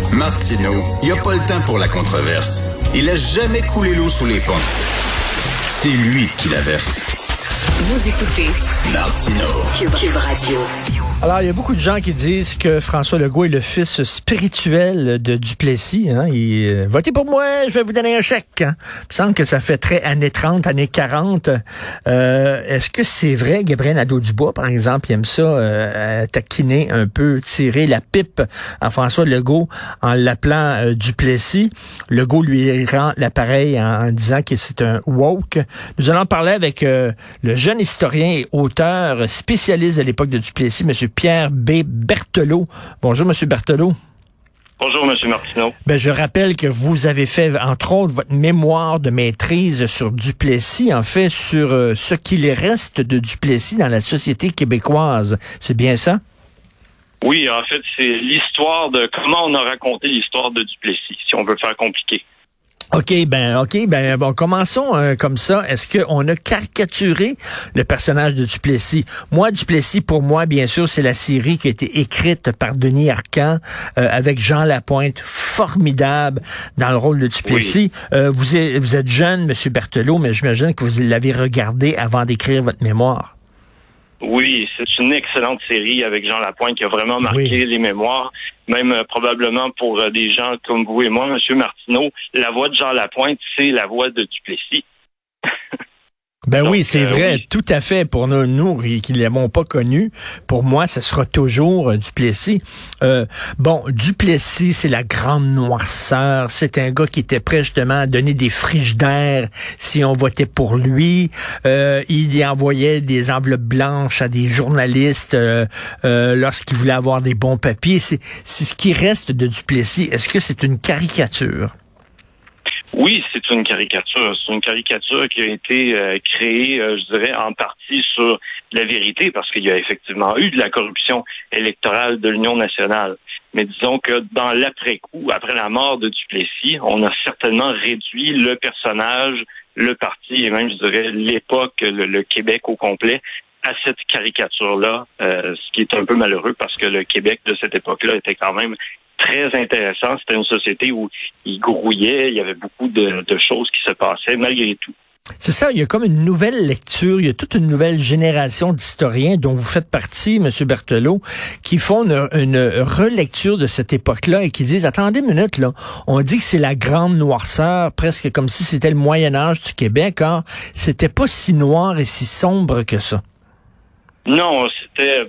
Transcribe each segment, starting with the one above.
Martineau, il n'y a pas le temps pour la controverse. Il a jamais coulé l'eau sous les ponts. C'est lui qui la verse. Vous écoutez Martineau. Cube Radio. Alors, il y a beaucoup de gens qui disent que François Legault est le fils spirituel de Duplessis. Hein? Votez pour moi, je vais vous donner un chèque. Hein? Il me semble que ça fait très années 30, années 40. Est-ce que c'est vrai, Gabriel Nadeau-Dubois, par exemple, il aime ça, taquiner un peu, tirer la pipe à François Legault en l'appelant Duplessis. Legault lui rend l'appareil en disant que c'est un woke. Nous allons parler avec le jeune historien et auteur spécialiste de l'époque de Duplessis, M. Pierre B. Berthelot. Bonjour, M. Berthelot. Bonjour, M. Martineau. Je rappelle que vous avez fait, entre autres, votre mémoire de maîtrise sur Duplessis, en fait, sur ce qu'il reste de Duplessis dans la société québécoise. C'est bien ça? Oui, en fait, c'est l'histoire de comment on a raconté l'histoire de Duplessis, si on veut faire compliqué. OK, bon, commençons comme ça. Est-ce qu'on a caricaturé le personnage de Duplessis? Moi, Duplessis, pour moi, bien sûr, c'est la série qui a été écrite par Denis Arcand avec Jean Lapointe, formidable dans le rôle de Duplessis. Oui. Vous êtes jeune, M. Berthelot, mais j'imagine que vous l'avez regardé avant d'écrire votre mémoire. Oui, c'est une excellente série avec Jean Lapointe qui a vraiment marqué les mémoires. Même probablement pour des gens comme vous et moi, M. Martineau, la voix de Jean Lapointe, c'est la voix de Duplessis. Donc, oui, c'est vrai, oui. Tout à fait. Pour nous qui ne l'avons pas connu, pour moi, ce sera toujours Duplessis. Duplessis, c'est la grande noirceur. C'est un gars qui était prêt justement à donner des frigidaires si on votait pour lui. Il y envoyait des enveloppes blanches à des journalistes lorsqu'il voulait avoir des bons papiers. C'est ce qui reste de Duplessis. Est-ce que c'est une caricature? Oui, c'est une caricature. C'est une caricature qui a été créée, je dirais, en partie sur la vérité, parce qu'il y a effectivement eu de la corruption électorale de l'Union nationale. Mais disons que dans l'après-coup, après la mort de Duplessis, on a certainement réduit le personnage, le parti et même, je dirais, l'époque, le Québec au complet, à cette caricature-là, ce qui est un peu malheureux parce que le Québec de cette époque-là était quand même très intéressant. C'était une société où il grouillait, il y avait beaucoup de choses qui se passaient malgré tout. C'est ça, il y a comme une nouvelle lecture, il y a toute une nouvelle génération d'historiens dont vous faites partie, M. Berthelot, qui font une relecture de cette époque-là et qui disent, attendez une minute, là, on dit que c'est la grande noirceur, presque comme si c'était le Moyen-Âge du Québec, or c'était pas si noir et si sombre que ça. Non, c'était,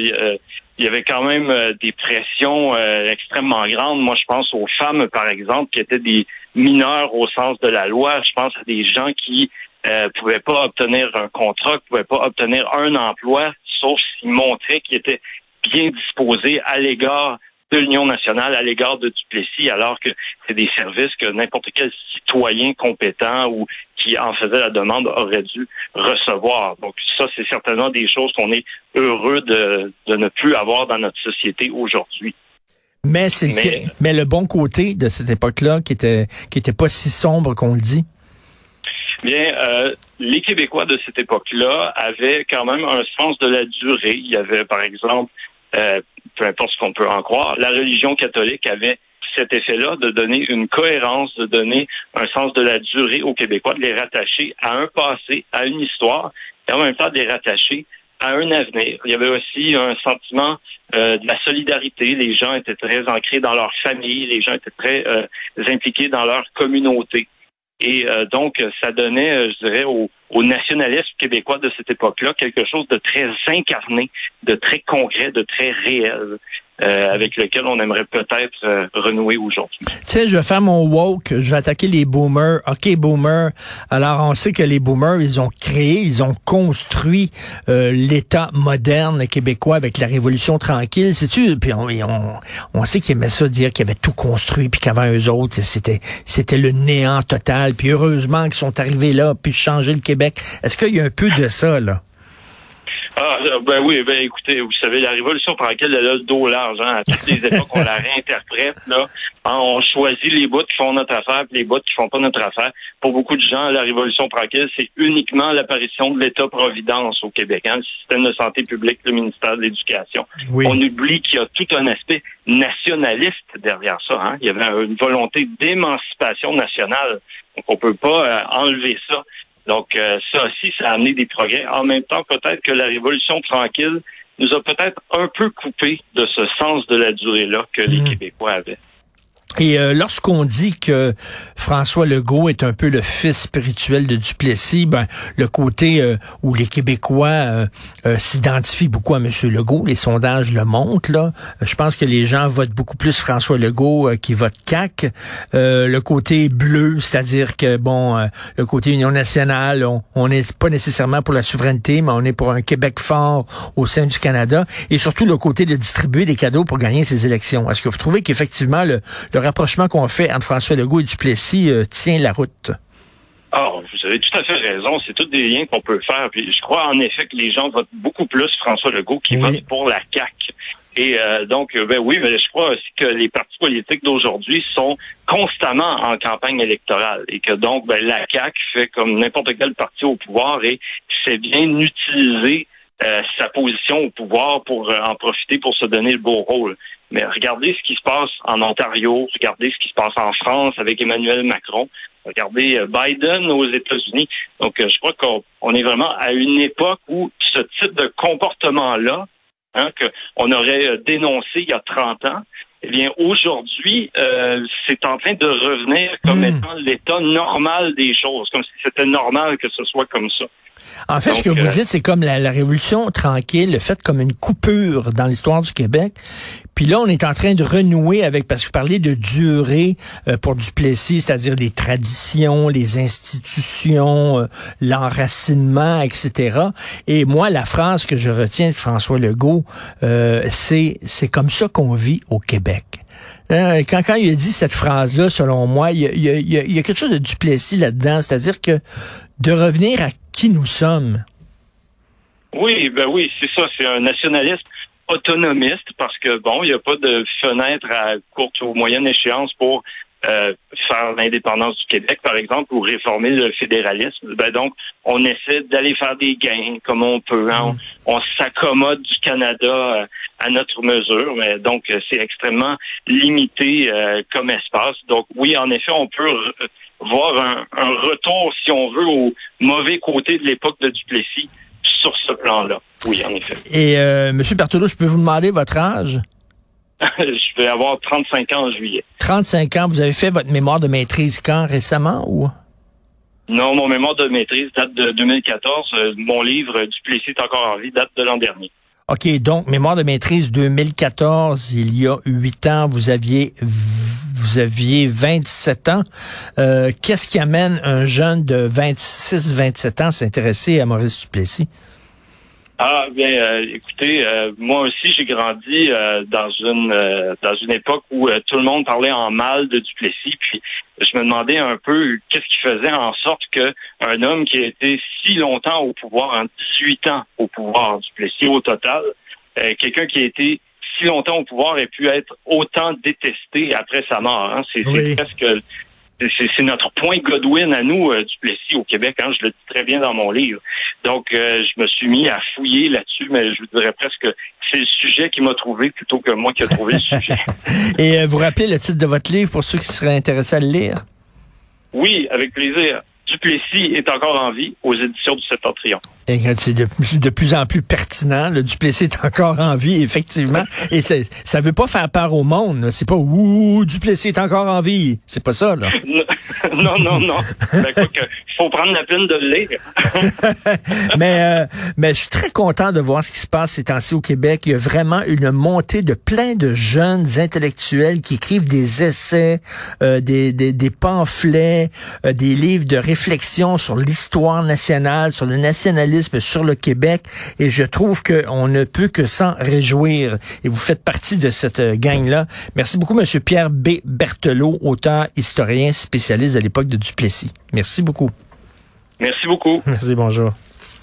il y avait quand même des pressions extrêmement grandes. Moi, je pense aux femmes, par exemple, qui étaient des mineurs au sens de la loi. Je pense à des gens qui pouvaient pas obtenir un contrat, pouvaient pas obtenir un emploi, sauf s'ils montraient qu'ils étaient bien disposés à l'égard de l'Union nationale, à l'égard de Duplessis, alors que c'est des services que n'importe quel citoyen compétent ou qui en faisait la demande aurait dû recevoir. Donc ça, c'est certainement des choses qu'on est heureux de ne plus avoir dans notre société aujourd'hui. Mais le bon côté de cette époque-là, qui était pas si sombre qu'on le dit. Bien, les Québécois de cette époque-là avaient quand même un sens de la durée. Il y avait, par exemple, peu importe ce qu'on peut en croire, la religion catholique avait cet effet-là de donner une cohérence, de donner un sens de la durée aux Québécois, de les rattacher à un passé, à une histoire, et en même temps de les rattacher à un avenir. Il y avait aussi un sentiment de la solidarité. Les gens étaient très ancrés dans leur famille, les gens étaient très impliqués dans leur communauté. Et donc, ça donnait, je dirais, au nationalisme québécois de cette époque-là quelque chose de très incarné, de très concret, de très réel. Avec lequel on aimerait peut-être renouer aujourd'hui. Tu sais, je vais faire mon woke, je vais attaquer les boomers. OK, boomers. Alors, on sait que les boomers, ils ont construit l'État moderne québécois avec la Révolution tranquille. Sais-tu? Puis on sait qu'ils aimaient ça dire qu'ils avaient tout construit, puis qu'avant eux autres, c'était le néant total. Puis heureusement qu'ils sont arrivés là, puis changer le Québec. Est-ce qu'il y a un peu de ça, là? Ben oui, écoutez, vous savez, la Révolution tranquille, elle a le dos large, hein. À toutes les époques, on la réinterprète, là. Hein, on choisit les bouts qui font notre affaire puis les bouts qui font pas notre affaire. Pour beaucoup de gens, la Révolution tranquille, c'est uniquement l'apparition de l'État-providence au Québec, hein, le système de santé publique, le ministère de l'Éducation. Oui. On oublie qu'il y a tout un aspect nationaliste derrière ça, hein. Il y avait une volonté d'émancipation nationale. Donc, on peut pas enlever ça. Donc, ça aussi, ça a amené des progrès. En même temps, peut-être que la Révolution tranquille nous a peut-être un peu coupé de ce sens de la durée-là que les Québécois avaient. Et lorsqu'on dit que François Legault est un peu le fils spirituel de Duplessis, ben le côté où les Québécois s'identifient beaucoup à M. Legault, les sondages le montrent, là. Je pense que les gens votent beaucoup plus François Legault qui votent CAQ. Le côté bleu, c'est-à-dire que le côté Union nationale, on n'est pas nécessairement pour la souveraineté, mais on est pour un Québec fort au sein du Canada. Et surtout le côté de distribuer des cadeaux pour gagner ces élections. Est-ce que vous trouvez qu'effectivement le rapprochement qu'on fait entre François Legault et Duplessis tient la route? Vous avez tout à fait raison. C'est tous des liens qu'on peut faire. Puis je crois en effet que les gens votent beaucoup plus François Legault qui votent pour la CAQ. Et donc, mais je crois aussi que les partis politiques d'aujourd'hui sont constamment en campagne électorale et que donc la CAQ fait comme n'importe quel parti au pouvoir et sait bien utiliser sa position au pouvoir pour en profiter pour se donner le beau rôle. Mais regardez ce qui se passe en Ontario, regardez ce qui se passe en France avec Emmanuel Macron, regardez Biden aux États-Unis. Donc, je crois qu'on est vraiment à une époque où ce type de comportement-là, hein, qu'on aurait dénoncé il y a 30 ans, eh bien, aujourd'hui, c'est en train de revenir comme étant l'état normal des choses, comme si c'était normal que ce soit comme ça. En fait, ce que vous dites, c'est comme la Révolution tranquille, le fait comme une coupure dans l'histoire du Québec. Puis là, on est en train de renouer avec, parce que vous parlez de durée pour Duplessis, c'est-à-dire des traditions, les institutions, l'enracinement, etc. Et moi, la phrase que je retiens de François Legault, c'est comme ça qu'on vit au Québec. Quand il a dit cette phrase-là, selon moi, il y a quelque chose de Duplessis là-dedans, c'est-à-dire que de revenir à qui nous sommes. Oui, c'est ça, c'est un nationalisme autonomiste parce que, il n'y a pas de fenêtre à courte ou moyenne échéance pour faire l'indépendance du Québec, par exemple, ou réformer le fédéralisme. Donc, on essaie d'aller faire des gains comme on peut. Hein? On s'accommode du Canada à notre mesure, mais donc c'est extrêmement limité comme espace. Donc, oui, en effet, on peut voir un retour, si on veut, au mauvais côté de l'époque de Duplessis sur ce plan-là. Oui, en effet. Et M. Berthelot, je peux vous demander votre âge? Je vais avoir 35 ans en juillet. 35 ans. Vous avez fait votre mémoire de maîtrise quand, récemment, ou? Non, mon mémoire de maîtrise date de 2014. Mon livre, Duplessis est encore en vie, date de l'an dernier. OK, donc, mémoire de maîtrise 2014, il y a 8 ans, vous aviez 27 ans. Qu'est-ce qui amène un jeune de 26-27 ans à s'intéresser à Maurice Duplessis? Écoutez, moi aussi j'ai grandi dans une époque où tout le monde parlait en mal de Duplessis, puis je me demandais un peu qu'est-ce qui faisait en sorte que un homme qui a été si longtemps au pouvoir, 18 ans au pouvoir, Duplessis au total, quelqu'un qui a été si longtemps au pouvoir ait pu être autant détesté après sa mort. Hein? C'est presque c'est notre point Godwin à nous, Duplessis au Québec, hein, je le dis très bien dans mon livre. Donc, je me suis mis à fouiller là-dessus, mais je vous dirais presque que c'est le sujet qui m'a trouvé plutôt que moi qui ai trouvé le sujet. Et vous rappelez le titre de votre livre pour ceux qui seraient intéressés à le lire? Oui, avec plaisir. Duplessis est encore en vie aux éditions du Septentrion. Et c'est de plus en plus pertinent. Le Duplessis est encore en vie, effectivement. Et ça veut pas faire peur au monde. Là. C'est pas « Ouh, Duplessis est encore en vie ». C'est pas ça, là. Non. Faut prendre la peine de le lire. mais je suis très content de voir ce qui se passe ces temps-ci au Québec. Il y a vraiment une montée de plein de jeunes intellectuels qui écrivent des essais, des pamphlets, des livres de réflexion sur l'histoire nationale, sur le nationalisme, sur le Québec. Et je trouve qu'on ne peut que s'en réjouir. Et vous faites partie de cette gang-là. Merci beaucoup, M. Pierre B. Berthelot, auteur, historien, spécialiste de l'époque de Duplessis. Merci beaucoup. Merci beaucoup. Merci, bonjour.